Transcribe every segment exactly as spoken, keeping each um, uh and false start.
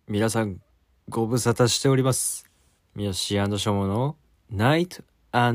皆さんご無沙汰しております。三好ショモのナイト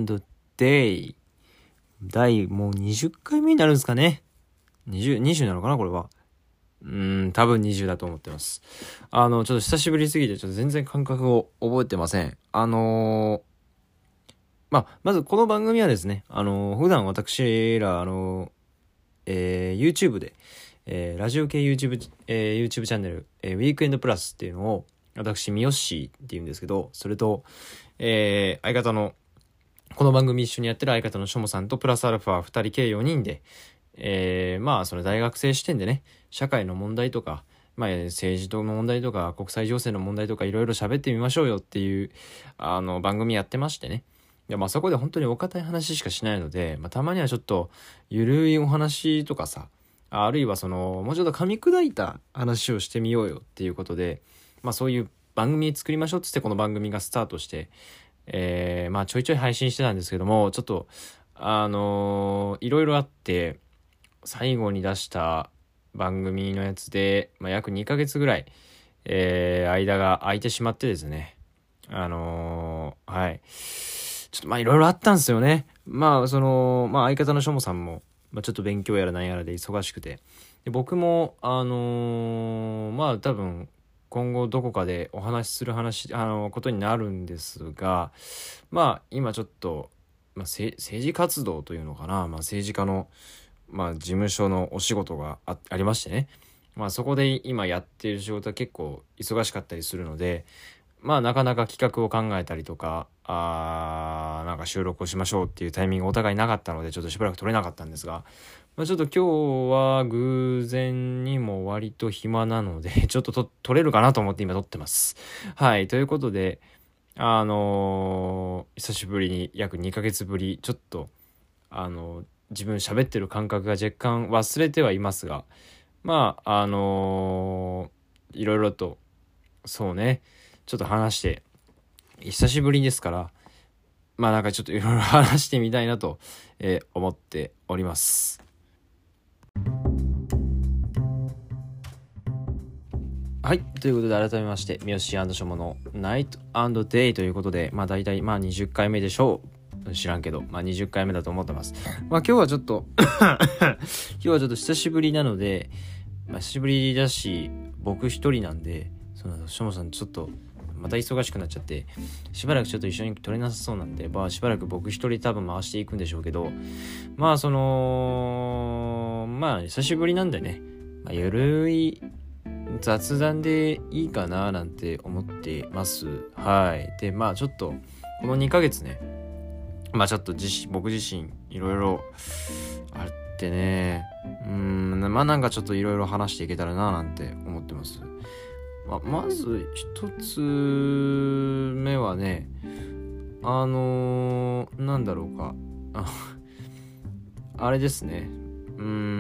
&デイ第もうにじゅっかいめになるんですかね。20、20なのかなこれは。うーん多分にじゅうだと思ってます。あのちょっと久しぶりすぎてちょっと全然感覚を覚えてません。あのー、まあまずこの番組はですね、あのー、普段私らあのーえー、YouTube でえー、ラジオ系 YouTube、えー、YouTube チャンネル、えー、ウィークエンドプラスっていうのを私ミヨッシーっていうんですけど、それと、えー、相方のこの番組一緒にやってる相方のしょもさんとプラスアルファふたり計よにんで、えー、まあその大学生視点でね、社会の問題とか、まあ政治の問題とか国際情勢の問題とかいろいろ喋ってみましょうよっていうあの番組やってましてね。でまあそこで本当にお堅い話しかしないので、まあ、たまにはちょっとゆるいお話とかさ、あるいはそのもうちょっと噛み砕いた話をしてみようよっていうことで、まあそういう番組作りましょうっつってこの番組がスタートして、えー、まあちょいちょい配信してたんですけども、ちょっとあのー、いろいろあって最後に出した番組のやつで、まあ、約にかげつぐらい、えー、間が空いてしまってですね、あのー、はいちょっとまあいろいろあったんですよね。まあそのまあ相方のしょもさんもまあ、ちょっと勉強やら何やらで忙しくて、で僕もあのー、まあ多分今後どこかでお話しする話あのことになるんですが、まあ今ちょっと、まあ、政治活動というのかな、まあ、政治家の、まあ、事務所のお仕事が あ, ありましてね、まあそこで今やっている仕事は結構忙しかったりするので、まあなかなか企画を考えたりとか、あーなんか収録をしましょうっていうタイミングがお互いなかったのでちょっとしばらく撮れなかったんですが、まあ、ちょっと今日は偶然にも割と暇なのでちょっとと撮れるかなと思って今撮ってます。はい、ということであのー、久しぶりに約にかげつぶりちょっとあのー、自分喋ってる感覚が若干忘れてはいますが、まああのー、いろいろとそうねちょっと話して久しぶりですから、まあなんかちょっといろいろ話してみたいなと、えー、思っております。はい、ということで改めまして三好ショモのナイト&デイということで、まあ大体まあにじゅっかいめでしょう。知らんけど、まあにじゅっかいめだと思ってます。まあ今日はちょっと今日はちょっと久しぶりなので、まあ久しぶりだし僕一人なんで、そのしょもさんちょっとまた忙しくなっちゃってしばらくちょっと一緒に撮れなさそうなんで、まあしばらく僕一人多分回していくんでしょうけど、まあそのまあ久しぶりなんでね、まあ、ゆるい雑談でいいかななんて思ってます。はい。でまあちょっとこのにかげつね、まあちょっと自僕自身いろいろあってね、うーんまあなんかちょっといろいろ話していけたらななんて思ってます。ま, まず一つ目はね、あのー、なんだろうかああれですね、うー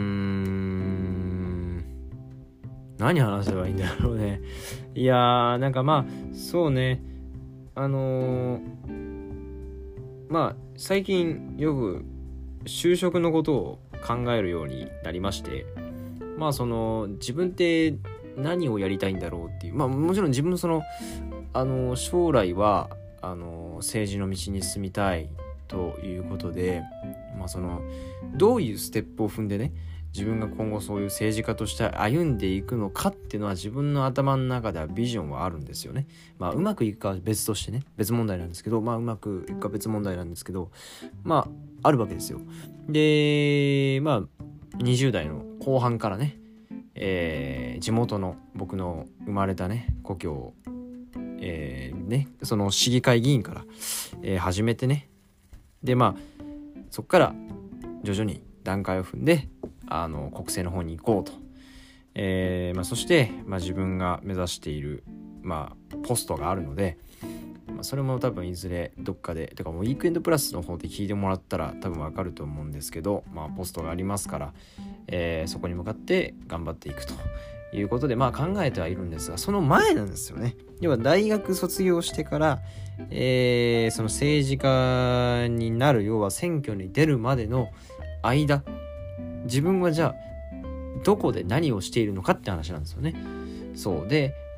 ん何話せばいいんだろうね。いやーなんかまあそうね、あのー、まあ最近よく就職のことを考えるようになりまして、まあその自分って何をやりたいんだろうっていう、まあもちろん自分のそのあの将来はあの政治の道に進みたいということで、まあそのどういうステップを踏んでね自分が今後そういう政治家として歩んでいくのかっていうのは自分の頭の中ではビジョンはあるんですよね。まあうまくいくかは別としてね、別問題なんですけど、まあうまくいくか別問題なんですけど、まああるわけですよ。でまあにじゅう代の後半からね、えー、地元の僕の生まれたね故郷、えー、ねその市議会議員から、えー、始めてね、でまあそっから徐々に段階を踏んであの国政の方に行こうと、えーまあ、そして、まあ、自分が目指している、まあ、ポストがあるので、まあ、それも多分いずれどっかでてかもうウィークエンドプラスの方で聞いてもらったら多分わかると思うんですけど、まあ、ポストがありますから、えー、そこに向かって頑張っていくということでまあ考えてはいるんですが、その前なんですよね。要は大学卒業してから、えー、その政治家になる、要は選挙に出るまでの間、自分はじゃあどこで何をしているのかって話なんですよね。そうで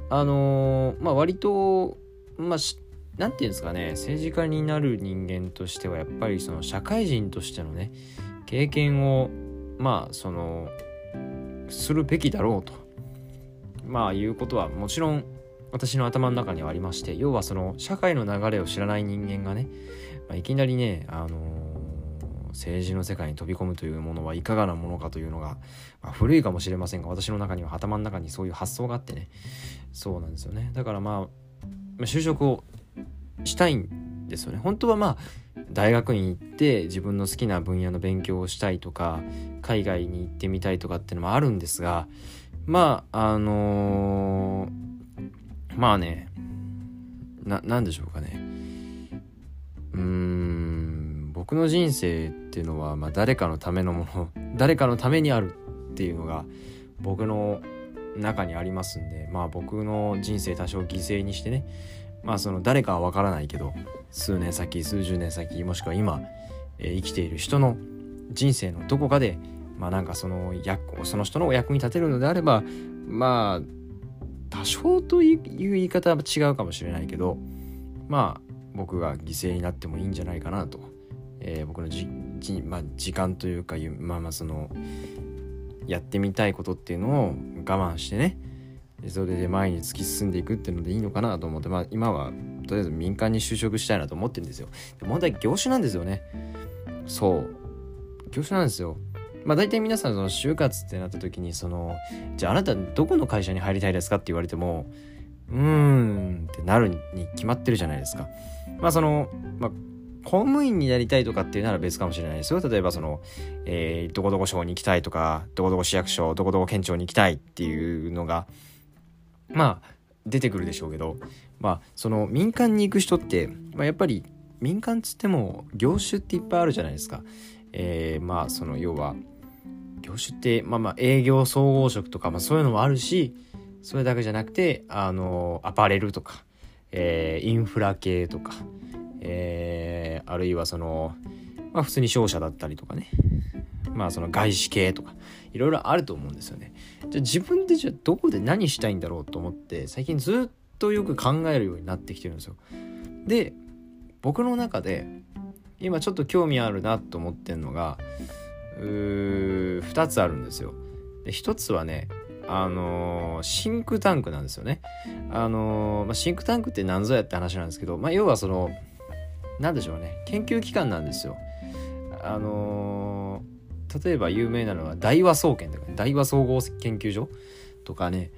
あのー、まあ割とまあなんていうんですかね、政治家になる人間としてはやっぱりその社会人としてのね経験をまあそのするべきだろうとまあいうことはもちろん私の頭の中にはありまして、要はその社会の流れを知らない人間がね、まあ、いきなりね、あのー、政治の世界に飛び込むというものはいかがなものかというのが、まあ、古いかもしれませんが、私の中には頭の中にそういう発想があってね、そうなんですよね。だからまあ就職をしたいんですよね。本当はまあ大学に行って自分の好きな分野の勉強をしたいとか、海外に行ってみたいとかっていうのもあるんですが、まああのーまあね、な、なんでしょうかね。うーん、僕の人生っていうのは、まあ誰かのためのもの、誰かのためにあるっていうのが僕の中にありますんで、まあ僕の人生多少犠牲にしてね、まあその誰かはわからないけど、数年先、数十年先、もしくは今、えー、生きている人の人生のどこかで、まあなんかその役、その人のお役に立てるのであれば、まあ、多少という言い方は違うかもしれないけど、まあ僕が犠牲になってもいいんじゃないかなと、えー、僕のじじ、まあ、時間というか、まあまあそのやってみたいことっていうのを我慢してね、それで前に突き進んでいくっていうのでいいのかなと思って、まあ今はとりあえず民間に就職したいなと思ってるんですよ。問題業種なんですよね。そう業種なんですよ。まあ大体皆さんその就活ってなった時に、そのじゃああなたどこの会社に入りたいですかって言われても、うーんってなるに決まってるじゃないですか。まあそのまあ公務員になりたいとかっていうなら別かもしれないですよ。例えばその、えー、どこどこ省に行きたいとか、どこどこ市役所、どこどこ県庁に行きたいっていうのがまあ出てくるでしょうけど、まあその民間に行く人って、まあ、やっぱり民間つっても業種っていっぱいあるじゃないですか。えー、まあその要は業種ってまあまあ営業総合職とか、まあそういうのもあるし、それだけじゃなくてあのアパレルとか、えー、インフラ系とか、えー、あるいはそのまあ普通に商社だったりとかね、まあその外資系とかいろいろあると思うんですよね。じゃあ自分でじゃあどこで何したいんだろうと思って最近ずっとよく考えるようになってきてるんですよ。で僕の中で今ちょっと興味あるなと思ってるのがうーふたつあるんですよ。でひとつはね、あのー、シンクタンクなんですよね。あのーまあ、シンクタンクって何ぞやって話なんですけど、まあ、要はそのなんでしょうね、研究機関なんですよ。あのー、例えば有名なのは大和総研とか、ね、大和総合研究所とかね、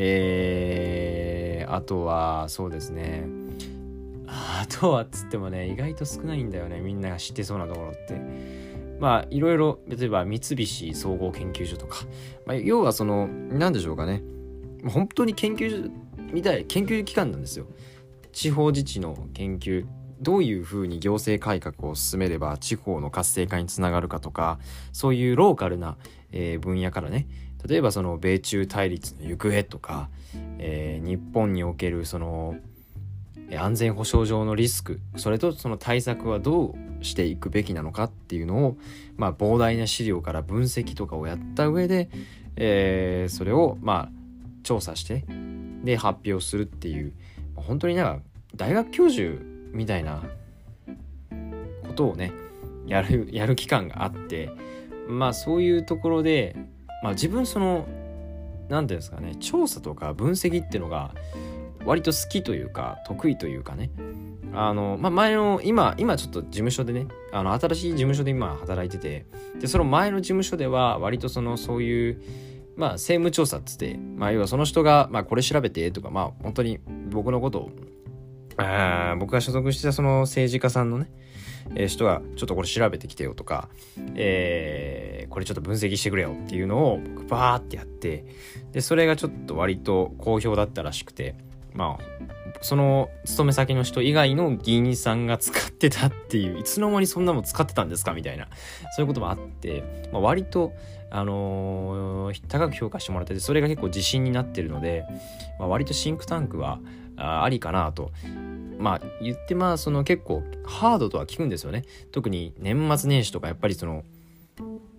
えー、あとはそうですね、あとはっつってもね意外と少ないんだよね、みんなが知ってそうなところって。まあいろいろ、例えば三菱総合研究所とか、まあ、要はそのなんでしょうかね、本当に研究所みたい研究機関なんですよ。地方自治の研究、どういうふうに行政改革を進めれば地方の活性化につながるかとか、そういうローカルな、えー、分野からね、例えばその米中対立の行方とか、えー、日本におけるその安全保障上のリスク、それとその対策はどうしていくべきなのかっていうのを、まあ、膨大な資料から分析とかをやった上で、えー、それをまあ調査してで発表するっていう、本当になんか大学教授みたいなことをねやるやる期間があって、まあそういうところで、まあ、自分そのなんていうんですかね、調査とか分析っていうのが割と好きというか得意というかね、あの、まあ、前の今今ちょっと事務所でね、あの新しい事務所で今働いてて、でその前の事務所では割とそのそういうまあ政務調査っつって、まあ要はその人がまあこれ調べてとか、まあ本当に僕のことをあ僕が所属してたその政治家さんのね、えー、人がちょっとこれ調べてきてよとか、えー、これちょっと分析してくれよっていうのを僕バーってやって、でそれがちょっと割と好評だったらしくて、まあその勤め先の人以外の議員さんが使ってたっていう、いつの間にそんなもん使ってたんですかみたいな、そういうこともあって、まあ、割とあのー、高く評価してもらってて、それが結構自信になってるので、まあ、割とシンクタンクは あ, ありかなと。まあ言ってまあその結構ハードとは聞くんですよね。特に年末年始とかやっぱりその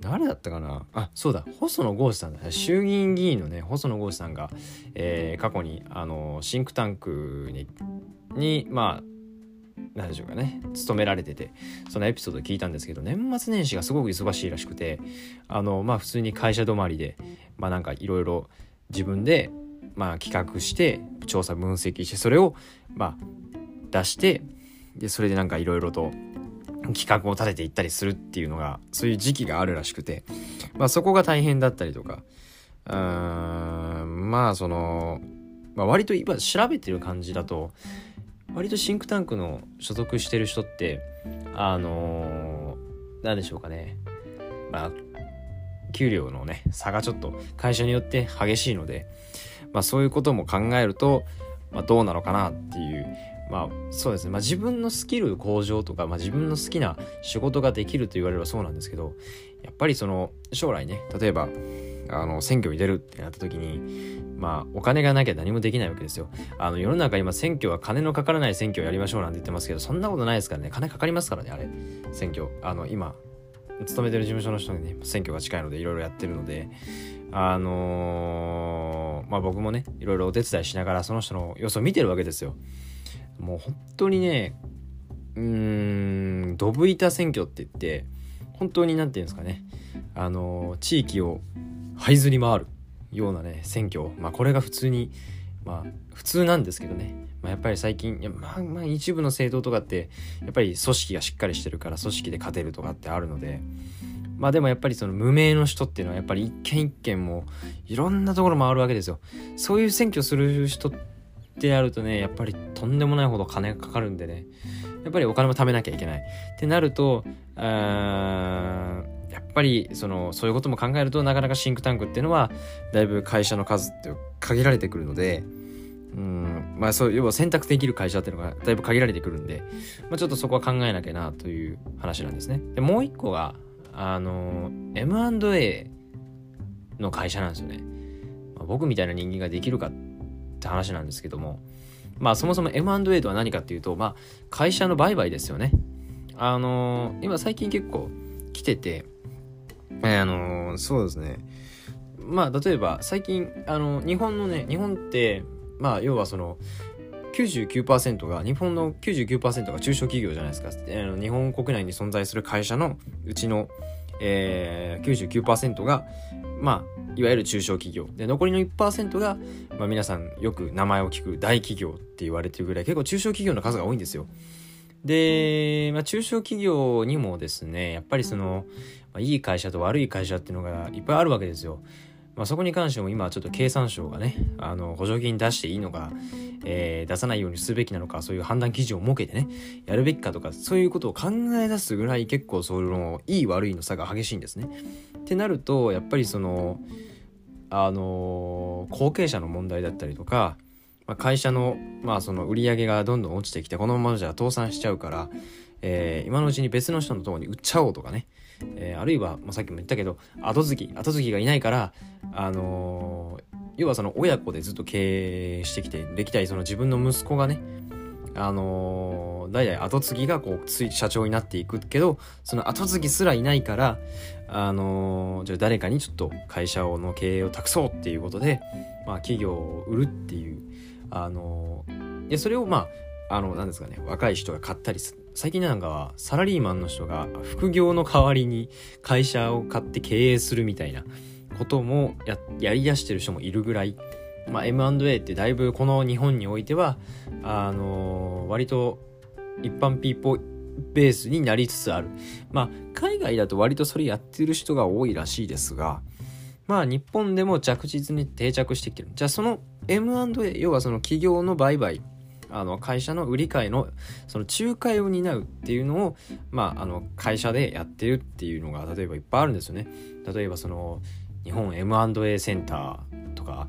誰だったかなあ、そうだ、細野豪志さんだ。衆議院議員のね、細野豪志さんが、えー、過去に、あの、シンクタンクに、に、まあ、なんでしょうかね、勤められてて、そのエピソードを聞いたんですけど、年末年始がすごく忙しいらしくて、あの、まあ、普通に会社止まりで、まあ、なんかいろいろ自分で、まあ、企画して、調査分析して、それを、まあ、出して、で、それでなんかいろいろと、企画を立てていったりするっていうのがそういう時期があるらしくて、まあそこが大変だったりとか、うーんまあその、まあ、割と今調べてる感じだと割とシンクタンクの所属してる人ってあのー、なんでしょうかね、まあ給料のね差がちょっと会社によって激しいので、まあそういうことも考えると、まあ、どうなのかなっていうまあそうですね、まあ、自分のスキル向上とか、まあ、自分の好きな仕事ができると言われればそうなんですけど、やっぱりその将来ね、例えばあの選挙に出るってなった時にまあお金がなきゃ何もできないわけですよ。あの世の中今選挙は金のかからない選挙をやりましょうなんて言ってますけど、そんなことないですからね。金かかりますからね、あれ選挙。あの今勤めてる事務所の人にね選挙が近いのでいろいろやってるので、あのー、まあ僕もねいろいろお手伝いしながらその人の様子を見てるわけですよ。もう本当にね、うーん、ドブ板選挙って言って、本当になんていうんですかね、あの、地域を這いずり回るようなね、選挙。まあこれが普通に、まあ普通なんですけどね。まあやっぱり最近、いやまあまあ一部の政党とかって、やっぱり組織がしっかりしてるから組織で勝てるとかってあるので、まあでもやっぱりその無名の人っていうのはやっぱり一軒一軒もいろんなところ回るわけですよ。そういう選挙する人ってってなるとね、やっぱりとんでもないほど金がかかるんでね、やっぱりお金も貯めなきゃいけないってなると、あやっぱりそのそういうことも考えるとなかなかシンクタンクっていうのはだいぶ会社の数って限られてくるので、うんまあそう要は選択できる会社っていうのがだいぶ限られてくるんで、まあ、ちょっとそこは考えなきゃなという話なんですね。でもう一個があの エムアンドエー の会社なんですよね。まあ、僕みたいな人間ができるかって話なんですけども、まあそもそも エムアンドエー とは何かっていうと、まあ会社の売買ですよね。あのー、今最近結構来てて、えー、あのー、そうですね。まあ例えば最近あの日本のね日本ってまあ要はその きゅうじゅうきゅうパーセント が日本の きゅうじゅうきゅうパーセント が中小企業じゃないですか。えー、日本国内に存在する会社のうちの、えー、きゅうじゅうきゅうパーセント がまあいわゆる中小企業で、残りの いちパーセント が、まあ、皆さんよく名前を聞く大企業って言われてるぐらい結構中小企業の数が多いんですよ。で、まあ、中小企業にもですねやっぱりその、まあ、いい会社と悪い会社っていうのがいっぱいあるわけですよ。まあ、そこに関しても今ちょっと経産省がねあの補助金出していいのか、えー、出さないようにすべきなのか、そういう判断基準を設けてねやるべきかとか、そういうことを考え出すぐらい結構そのいい悪いの差が激しいんですね。ってなるとやっぱりそのあの後継者の問題だったりとか、まあ、会社のまあその売り上げがどんどん落ちてきてこのままじゃ倒産しちゃうから、えー、今のうちに別の人のところに売っちゃおうとかね、えー、あるいは、まあ、さっきも言ったけど後継ぎ後継ぎがいないからあのー、要はその親子でずっと経営してきて歴代その自分の息子がねあのー、代々後継ぎがこうつい社長になっていくけど、その後継ぎすらいないからあのー、じゃあ誰かにちょっと会社の経営を託そうっていうことで、まあ企業を売るっていうあのー、でそれをまああのなんですかね若い人が買ったりする。最近なんかはサラリーマンの人が副業の代わりに会社を買って経営するみたいなことも や, やりだしてる人もいるぐらい、まあ、エムアンドエー ってだいぶこの日本においてはあのー、割と一般ピーポーベースになりつつある。まあ海外だと割とそれやってる人が多いらしいですが、まあ日本でも着実に定着してきてる。じゃあその エムアンドエー 要はその企業の売買、あの会社の売り買いのその仲介を担うっていうのをまああの会社でやってるっていうのが例えばいっぱいあるんですよね。例えばその日本 エムアンドエー センターとか、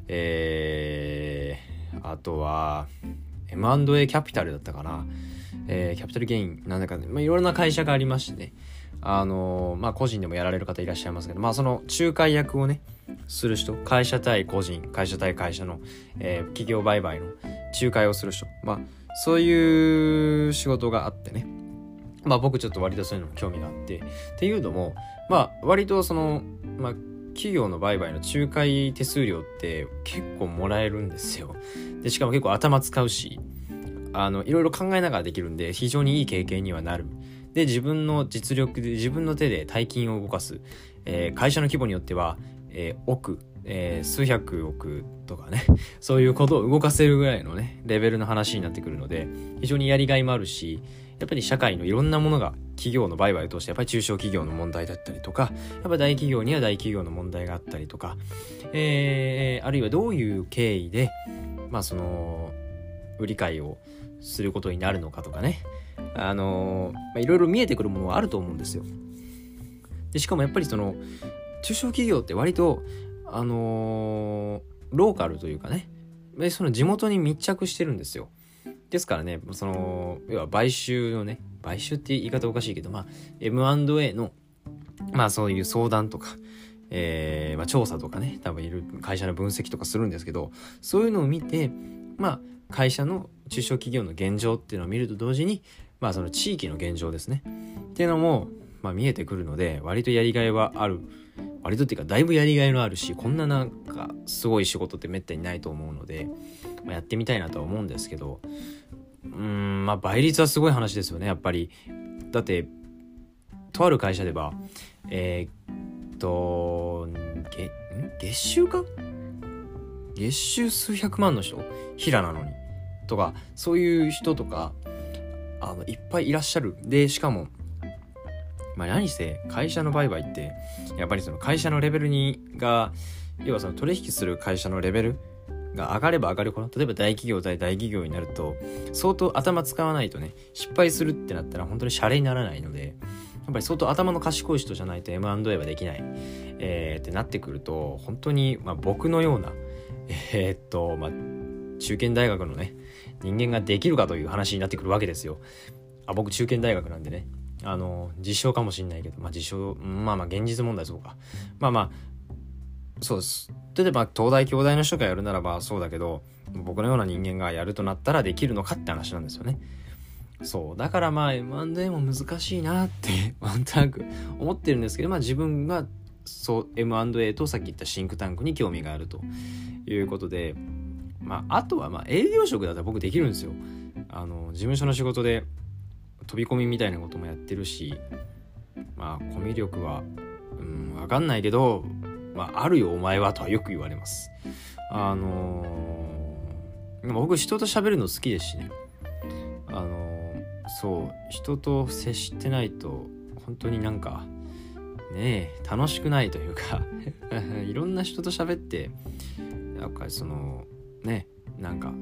えー、あとは エムアンドエー キャピタルだったかな、えー、キャピタルゲインなんだか、ね、まあ、いろいろな会社がありましてね、あのー、まあ個人でもやられる方いらっしゃいますけど、まあその仲介役をねする人、会社対個人、会社対会社の、えー、企業売買の仲介をする人、まあそういう仕事があってね、 まあ僕ちょっと割とそういうのも興味があって、っていうのもまあ割とそのまあ企業の売買の仲介手数料って結構もらえるんですよ。でしかも結構頭使うし、あのいろいろ考えながらできるんで非常にいい経験にはなる。で自分の実力で自分の手で大金を動かす、えー、会社の規模によっては、えー、億、えー、数百億とかね、そういうことを動かせるぐらいのねレベルの話になってくるので、非常にやりがいもあるし、やっぱり社会のいろんなものが企業の売買を通してやっぱり中小企業の問題だったりとか、やっぱり大企業には大企業の問題があったりとか、えー、あるいはどういう経緯でまあその売り買いをすることになるのかとかね、あのー、いろいろ見えてくるものはあると思うんですよ。でしかもやっぱりその中小企業って割とあのー、ローカルというかね、その地元に密着してるんですよ。ですからね、その要は買収のね、買収って言い方おかしいけど、まあ エムアンドエー のまあそういう相談とか、えーまあ、調査とかね、多分いる会社の分析とかするんですけど、そういうのを見て、まあ会社の中小企業の現状っていうのを見ると同時に、まあその地域の現状ですねっていうのもまあ見えてくるので、割とやりがいはある。割とっていうかだいぶやりがいのあるし、こんななんかすごい仕事ってめったにないと思うので、まあ、やってみたいなとは思うんですけど、うーんまあ倍率はすごい話ですよね、やっぱり。だってとある会社ではえー、っと月月収か月収数百万の人、平なのにとか、そういう人とかあのいっぱいいらっしゃる。でしかもまあ何せ会社の売買ってやっぱりその会社のレベルにが、要はその取引する会社のレベルが上がれば上がるほど、例えば大企業対大企業になると相当頭使わないとね、失敗するってなったら本当にシャレにならないので、やっぱり相当頭の賢い人じゃないと エムアンドエー はできない、えー、ってなってくると、本当にまあ僕のようなえー、っとまあ中堅大学のね人間ができるかという話になってくるわけですよ。あ、僕中堅大学なんでね、あの実証かもしんないけど、まあ実証、まあまあ現実問題そうか、まあまあそうです。例えば東大京大の人がやるならばそうだけど、僕のような人間がやるとなったらできるのかって話なんですよね。そうだからまあ エムアンドエー も難しいなってなんとなく思ってるんですけど、まあ自分がそう エムアンドエー とさっき言ったシンクタンクに興味があるということで、まああとはまあ営業職だったら僕できるんですよ。あの事務所の仕事で飛び込みみたいなこともやってるし、まあコミュ力はうん分かんないけど、まああるよお前はとはよく言われます。あのー、僕人と喋るの好きですしね、あのー、そう人と接してないと本当になんかねえ楽しくないというかいろんな人と喋ってなんかそのねなんか、うん、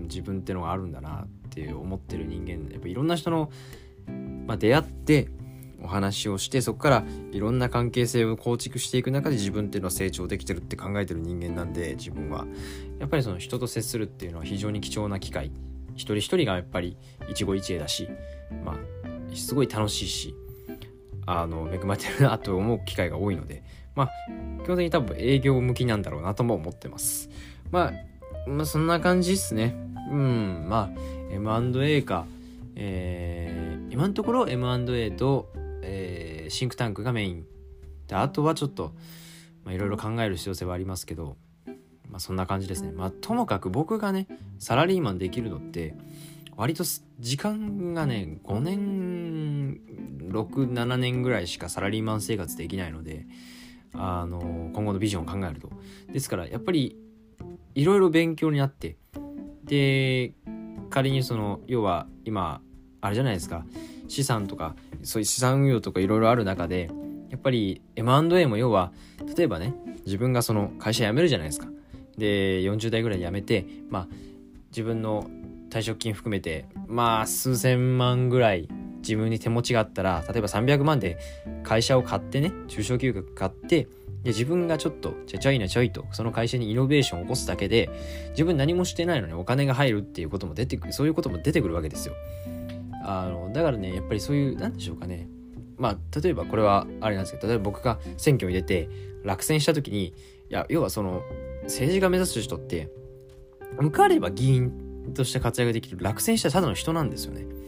自分ってのがあるんだなって思ってる人間、やっぱいろんな人の、まあ、出会ってお話をして、そこからいろんな関係性を構築していく中で自分っていうのは成長できてるって考えてる人間なんで、自分はやっぱりその人と接するっていうのは非常に貴重な機会、一人一人がやっぱり一期一会だし、まあすごい楽しいし、あの恵まれてるなと思う機会が多いので、まあ基本的に多分営業向きなんだろうなとも思ってます。まあまあそんな感じですね。うんまあ エムアンドエー か、えー、今のところ エムアンドエー と、えー、シンクタンクがメインで、あとはちょっといろいろ考える必要性はありますけど、まあそんな感じですね。まあともかく僕がねサラリーマンできるのって割と時間がねごねんろく、ななねんぐらいしかサラリーマン生活できないので、あの今後のビジョンを考えると、ですからやっぱりいろいろ勉強になって、で仮にその要は今あれじゃないですか、資産とかそういう資産運用とかいろいろある中で、やっぱり エムアンドエー も要は例えばね自分がその会社辞めるじゃないですか。でよんじゅう代ぐらい辞めて、まあ自分の退職金含めてまあ数千万ぐらい自分に手持ちがあったら、例えばさんびゃくまんで会社を買ってね、中小企業が買って、で自分がちょっとちゃちゃいなちょいとその会社にイノベーションを起こすだけで自分何もしてないのにお金が入るっていうことも出てくる、そういうことも出てくるわけですよ。あのだからねやっぱりそういうなんでしょうかね、まあ例えばこれはあれなんですけど、例えば僕が選挙に出て落選した時に、いや要はその政治家目指す人って受かれば議員として活躍できる、落選したただの人なんですよね。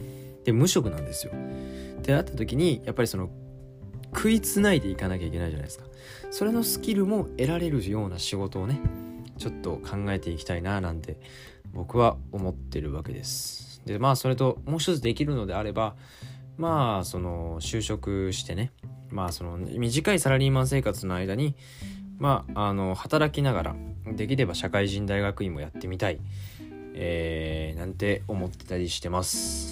で無職なんですよ。ってなった時にやっぱりその食いつないでいかなきゃいけないじゃないですか。それのスキルも得られるような仕事をねちょっと考えていきたいななんて僕は思ってるわけです。でまあそれともう一つできるのであれば、まあその就職してね、まあその短いサラリーマン生活の間にまああの働きながらできれば社会人大学院もやってみたい、えー、なんて思ってたりしてます。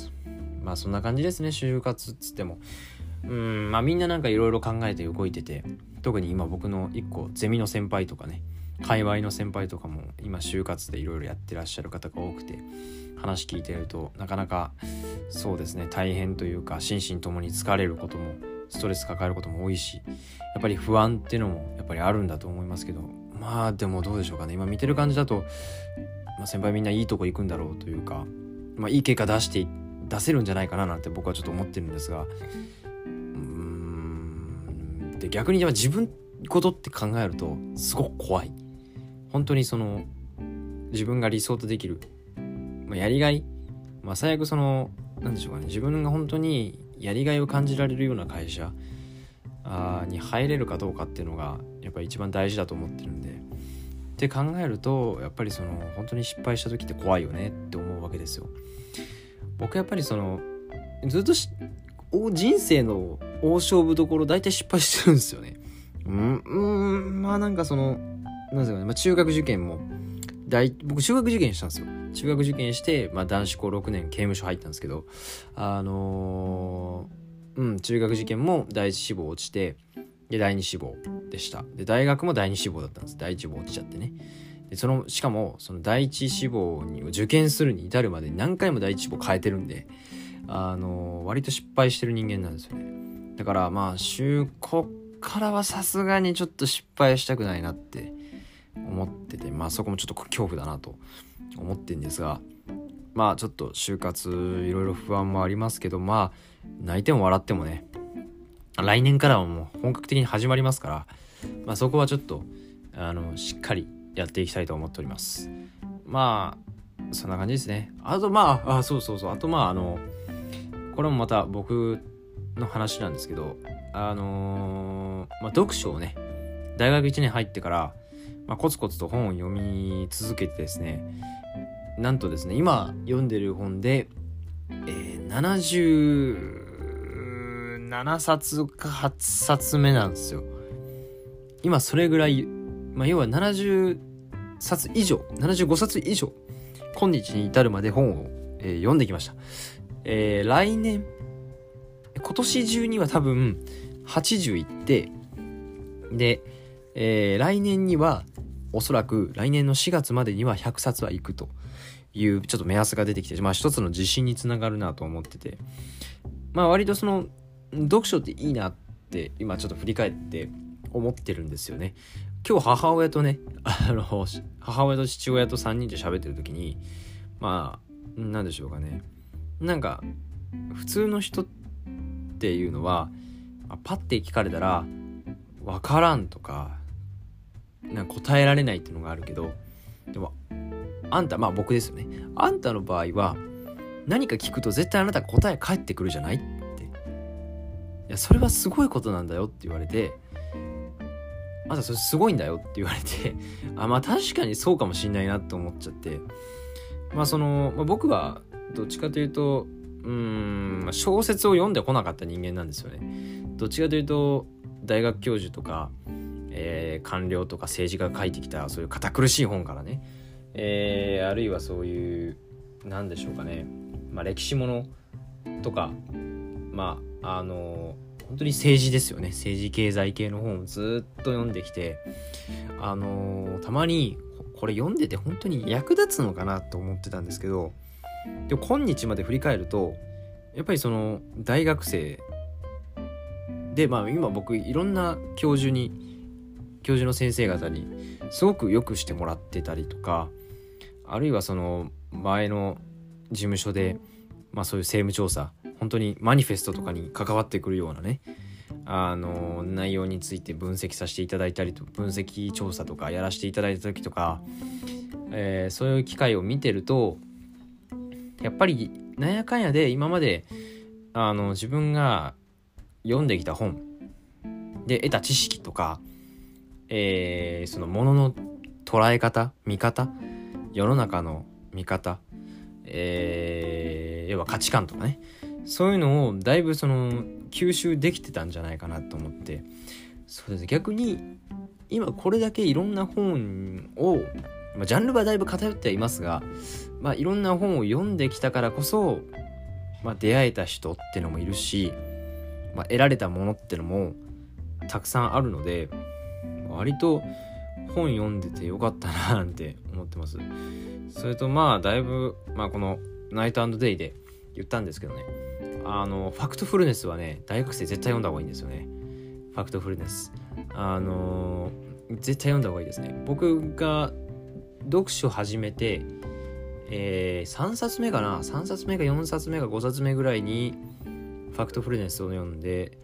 まあそんな感じですね。就活っつってもうんまあみんななんかいろいろ考えて動いてて、特に今僕の一個ゼミの先輩とかね、界隈の先輩とかも今就活でいろいろやってらっしゃる方が多くて、話聞いてるとなかなかそうですね大変というか心身ともに疲れることもストレス抱えることも多いし、やっぱり不安っていうのもやっぱりあるんだと思いますけど、まあでもどうでしょうかね。今見てる感じだと、まあ、先輩みんないいとこ行くんだろうというか、まあいい結果出して出せるんじゃないかななんて僕はちょっと思ってるんですが、うーんで逆に自分事って考えるとすごく怖い。本当にその自分が理想とできる、まあ、やりがい、まあ、最悪そのなんでしょうかね、自分が本当にやりがいを感じられるような会社あに入れるかどうかっていうのがやっぱり一番大事だと思ってるんで、って考えるとやっぱりその本当に失敗した時って怖いよねって思うわけですよ。僕やっぱりそのずっとし人生の大勝負どころ大体失敗してるんですよね。うんうんまあなんかそのなんですかね、まあ、中学受験も大僕中学受験したんですよ。中学受験して、まあ、男子校ろくねん刑務所入ったんですけど、あのー、うん中学受験も第一志望落ちて、で第二志望でした。で大学も第二志望だったんです。第一志望落ちちゃってね。でそのしかもその第一志望に受験するに至るまでに何回も第一志望変えてるんで、あのー、割と失敗してる人間なんですよね。だからまあ就こっからはさすがにちょっと失敗したくないなって思ってて、まあそこもちょっと恐怖だなと思ってるんですが、まあちょっと就活いろいろ不安もありますけど、まあ泣いても笑ってもね来年からはもう本格的に始まりますから、まあそこはちょっとあのしっかりやっていきたいと思っております。まあそんな感じですね。あとまああそうそうそうあとまああのこれもまた僕の話なんですけど、あのー、まあ読書をね大学いちねん入ってから、まあ、コツコツと本を読み続けてですね、なんとですね今読んでる本で、えー、ななじゅうななさつかはちさつめなんですよ。今それぐらい、まあ、要はななじゅっさつ以上ななじゅうごさつ以上今日に至るまで本を、えー、読んできました。えー、来年今年中には多分はちじゅういってで、えー、来年にはおそらく来年のしがつまでにはひゃくさつはいくというちょっと目安が出てきて、まあ一つの自信につながるなと思ってて、まあ割とその読書っていいなって今ちょっと振り返って思ってるんですよね。今日母親とねあの母親と父親とさんにんで喋ってる時に、まあなんでしょうかね、なんか普通の人っていうのはパッて聞かれたら分からんとかなんか答えられないっていうのがあるけど、でもあんたまあ僕ですよね、あんたの場合は何か聞くと絶対あなたが答え返ってくるじゃないって、いやそれはすごいことなんだよって言われて、あんたそれすごいんだよって言われてあまあ確かにそうかもしんないなと思っちゃって、まあその、まあ、僕はどっちかというとうーん小説を読んでこなかった人間なんですよね。どっちかというと大学教授とか、えー、官僚とか政治家が書いてきたそういう堅苦しい本からね、えー、あるいはそういうなんでしょうかね、まあ、歴史ものとかまああの本当に政治ですよね、政治経済系の本をずっと読んできて、あのたまにこれ読んでて本当に役立つのかなと思ってたんですけど、でも今日まで振り返るとやっぱりその大学生で、まあ今僕いろんな教授に教授の先生方にすごくよくしてもらってたりとか、あるいはその前の事務所でまあそういう政務調査、本当にマニフェストとかに関わってくるようなね、あの内容について分析させていただいたりと、分析調査とかやらせていただいた時とか、えー、そういう機会を見てるとやっぱりなんやかんやで今まであの自分が読んできた本で得た知識とか、えー、そのものの捉え方、見方、世の中の見方、えー、要は価値観とかね、そういうのをだいぶその吸収できてたんじゃないかなと思って、そうですね、逆に今これだけいろんな本を、まあ、ジャンルはだいぶ偏ってはいますが、まあ、いろんな本を読んできたからこそ、まあ、出会えた人ってのもいるし、まあ、得られたものってのもたくさんあるので、割と本読んでてよかったななんて思ってます。それとまあだいぶ、まあ、このナイト&デイで言ったんですけどね、あのファクトフルネスはね、大学生絶対読んだ方がいいんですよね。ファクトフルネス、あのー、絶対読んだ方がいいですね。僕が読書始めて、えー、さんさつめかなさんさつめかよんさつめかごさつめぐらいにファクトフルネスを読んで、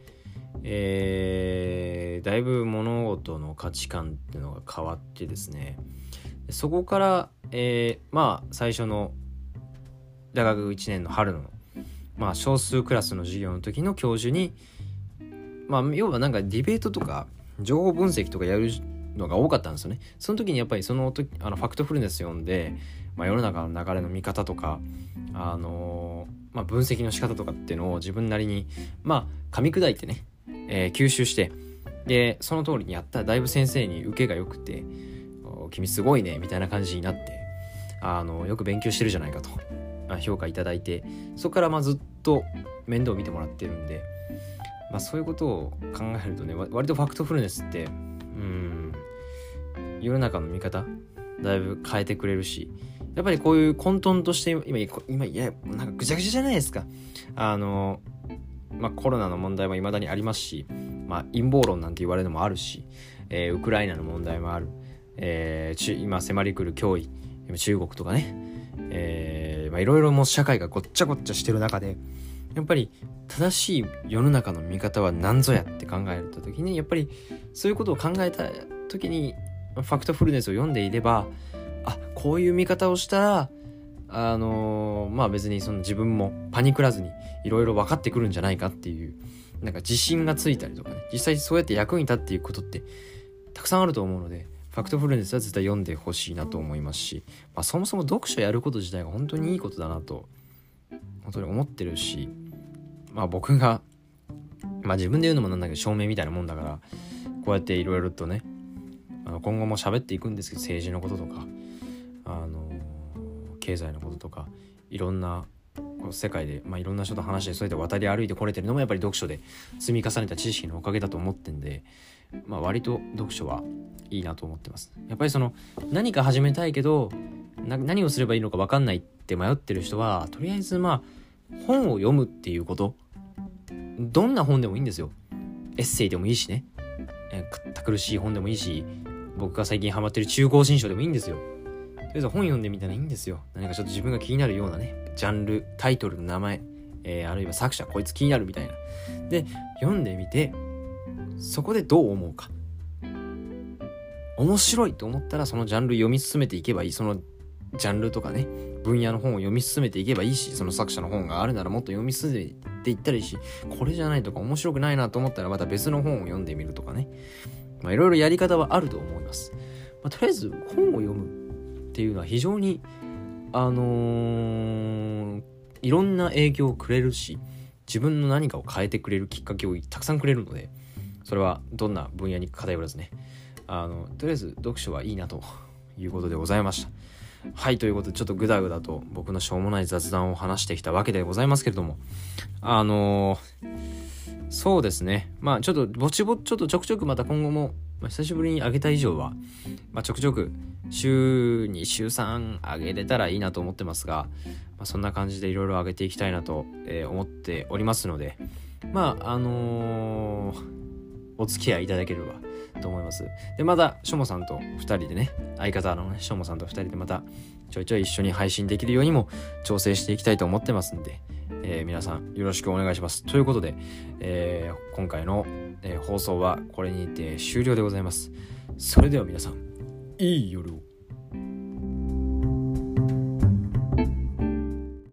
えー、だいぶ物事の価値観っていうのが変わってですね、そこから、えー、まあ最初の大学いちねんの春の、まあ、少数クラスの授業の時の教授に、まあ要はなんかディベートとか情報分析とかやるのが多かったんですよね。その時にやっぱりその時あのファクトフルネス読んで、まあ、世の中の流れの見方とか、あのーまあ、分析の仕方とかっていうのを自分なりにまあ噛み砕いてね、えー、吸収して、でその通りにやったらだいぶ先生に受けが良くて、君すごいねみたいな感じになって、あのよく勉強してるじゃないかと評価いただいて、そこからまあずっと面倒を見てもらってるんで、まあ、そういうことを考えるとね、割とファクトフルネスってうーん世の中の見方だいぶ変えてくれるし、やっぱりこういう混沌として今今いやなんかぐちゃぐちゃじゃないですか。あのまあコロナの問題も未だにありますし、まあ陰謀論なんて言われるのもあるし、えー、ウクライナの問題もある、えー、今迫り来る脅威、中国とかね、えー、まあいろいろもう社会がごっちゃごっちゃしてる中で、やっぱり正しい世の中の見方は何ぞやって考えた時に、やっぱりそういうことを考えた時にファクトフルネスを読んでいれば、あ、こういう見方をしたらあのー、まあ別にその自分もパニクらずにいろいろ分かってくるんじゃないかっていう、なんか自信がついたりとかね、実際そうやって役に立っていくことってたくさんあると思うので、ファクトフルネスは絶対読んでほしいなと思いますし、まあ、そもそも読書やること自体が本当にいいことだなと本当に思ってるし、まあ僕がまあ自分で言うのもなんだけど証明みたいなもんだから、こうやっていろいろとね、あの今後も喋っていくんですけど、政治のこととかあの経済のこととかいろんな世界で、まあ、いろんな人と話してそうやって渡り歩いてこれてるのもやっぱり読書で積み重ねた知識のおかげだと思ってんで、まあ、割と読書はいいなと思ってます。やっぱりその何か始めたいけどな何をすればいいのか分かんないって迷ってる人は、とりあえずまあ本を読むっていうこと、どんな本でもいいんですよ。エッセイでもいいしね、え堅苦しい本でもいいし、僕が最近ハマってる中高新書でもいいんですよ。とりあえず本読んでみたらいいんですよ。何かちょっと自分が気になるようなね、ジャンル、タイトルの名前、えー、あるいは作者、こいつ気になるみたいな。で、読んでみて、そこでどう思うか。面白いと思ったらそのジャンル読み進めていけばいい。そのジャンルとかね、分野の本を読み進めていけばいいし、その作者の本があるならもっと読み進めていったらいいし、これじゃないとか面白くないなと思ったらまた別の本を読んでみるとかね。まあいろいろやり方はあると思います。まあ、とりあえず本を読むっていうのは非常にあのー、いろんな影響をくれるし、自分の何かを変えてくれるきっかけをたくさんくれるので、それはどんな分野に偏らずね、あのとりあえず読書はいいなということでございました。はい、ということでちょっとグダグダと僕のしょうもない雑談を話してきたわけでございますけれども、あのー、そうですね、まあちょっとぼちぼちょっとちょくちょくまた今後も、まあ、久しぶりに上げた以上は、まあ、ちょくちょく週に週さん上げれたらいいなと思ってますが、まあ、そんな感じでいろいろ上げていきたいなと、えー、思っておりますので、まああのー、お付き合いいただければと思います。でまたしょもさんとふたりでね、相方のねしょもさんとふたりでまたちょいちょい一緒に配信できるようにも調整していきたいと思ってますんで、えー、皆さんよろしくお願いします。ということで、えー、今回の、えー、放送はこれにて終了でございます。それでは皆さんいい夜を。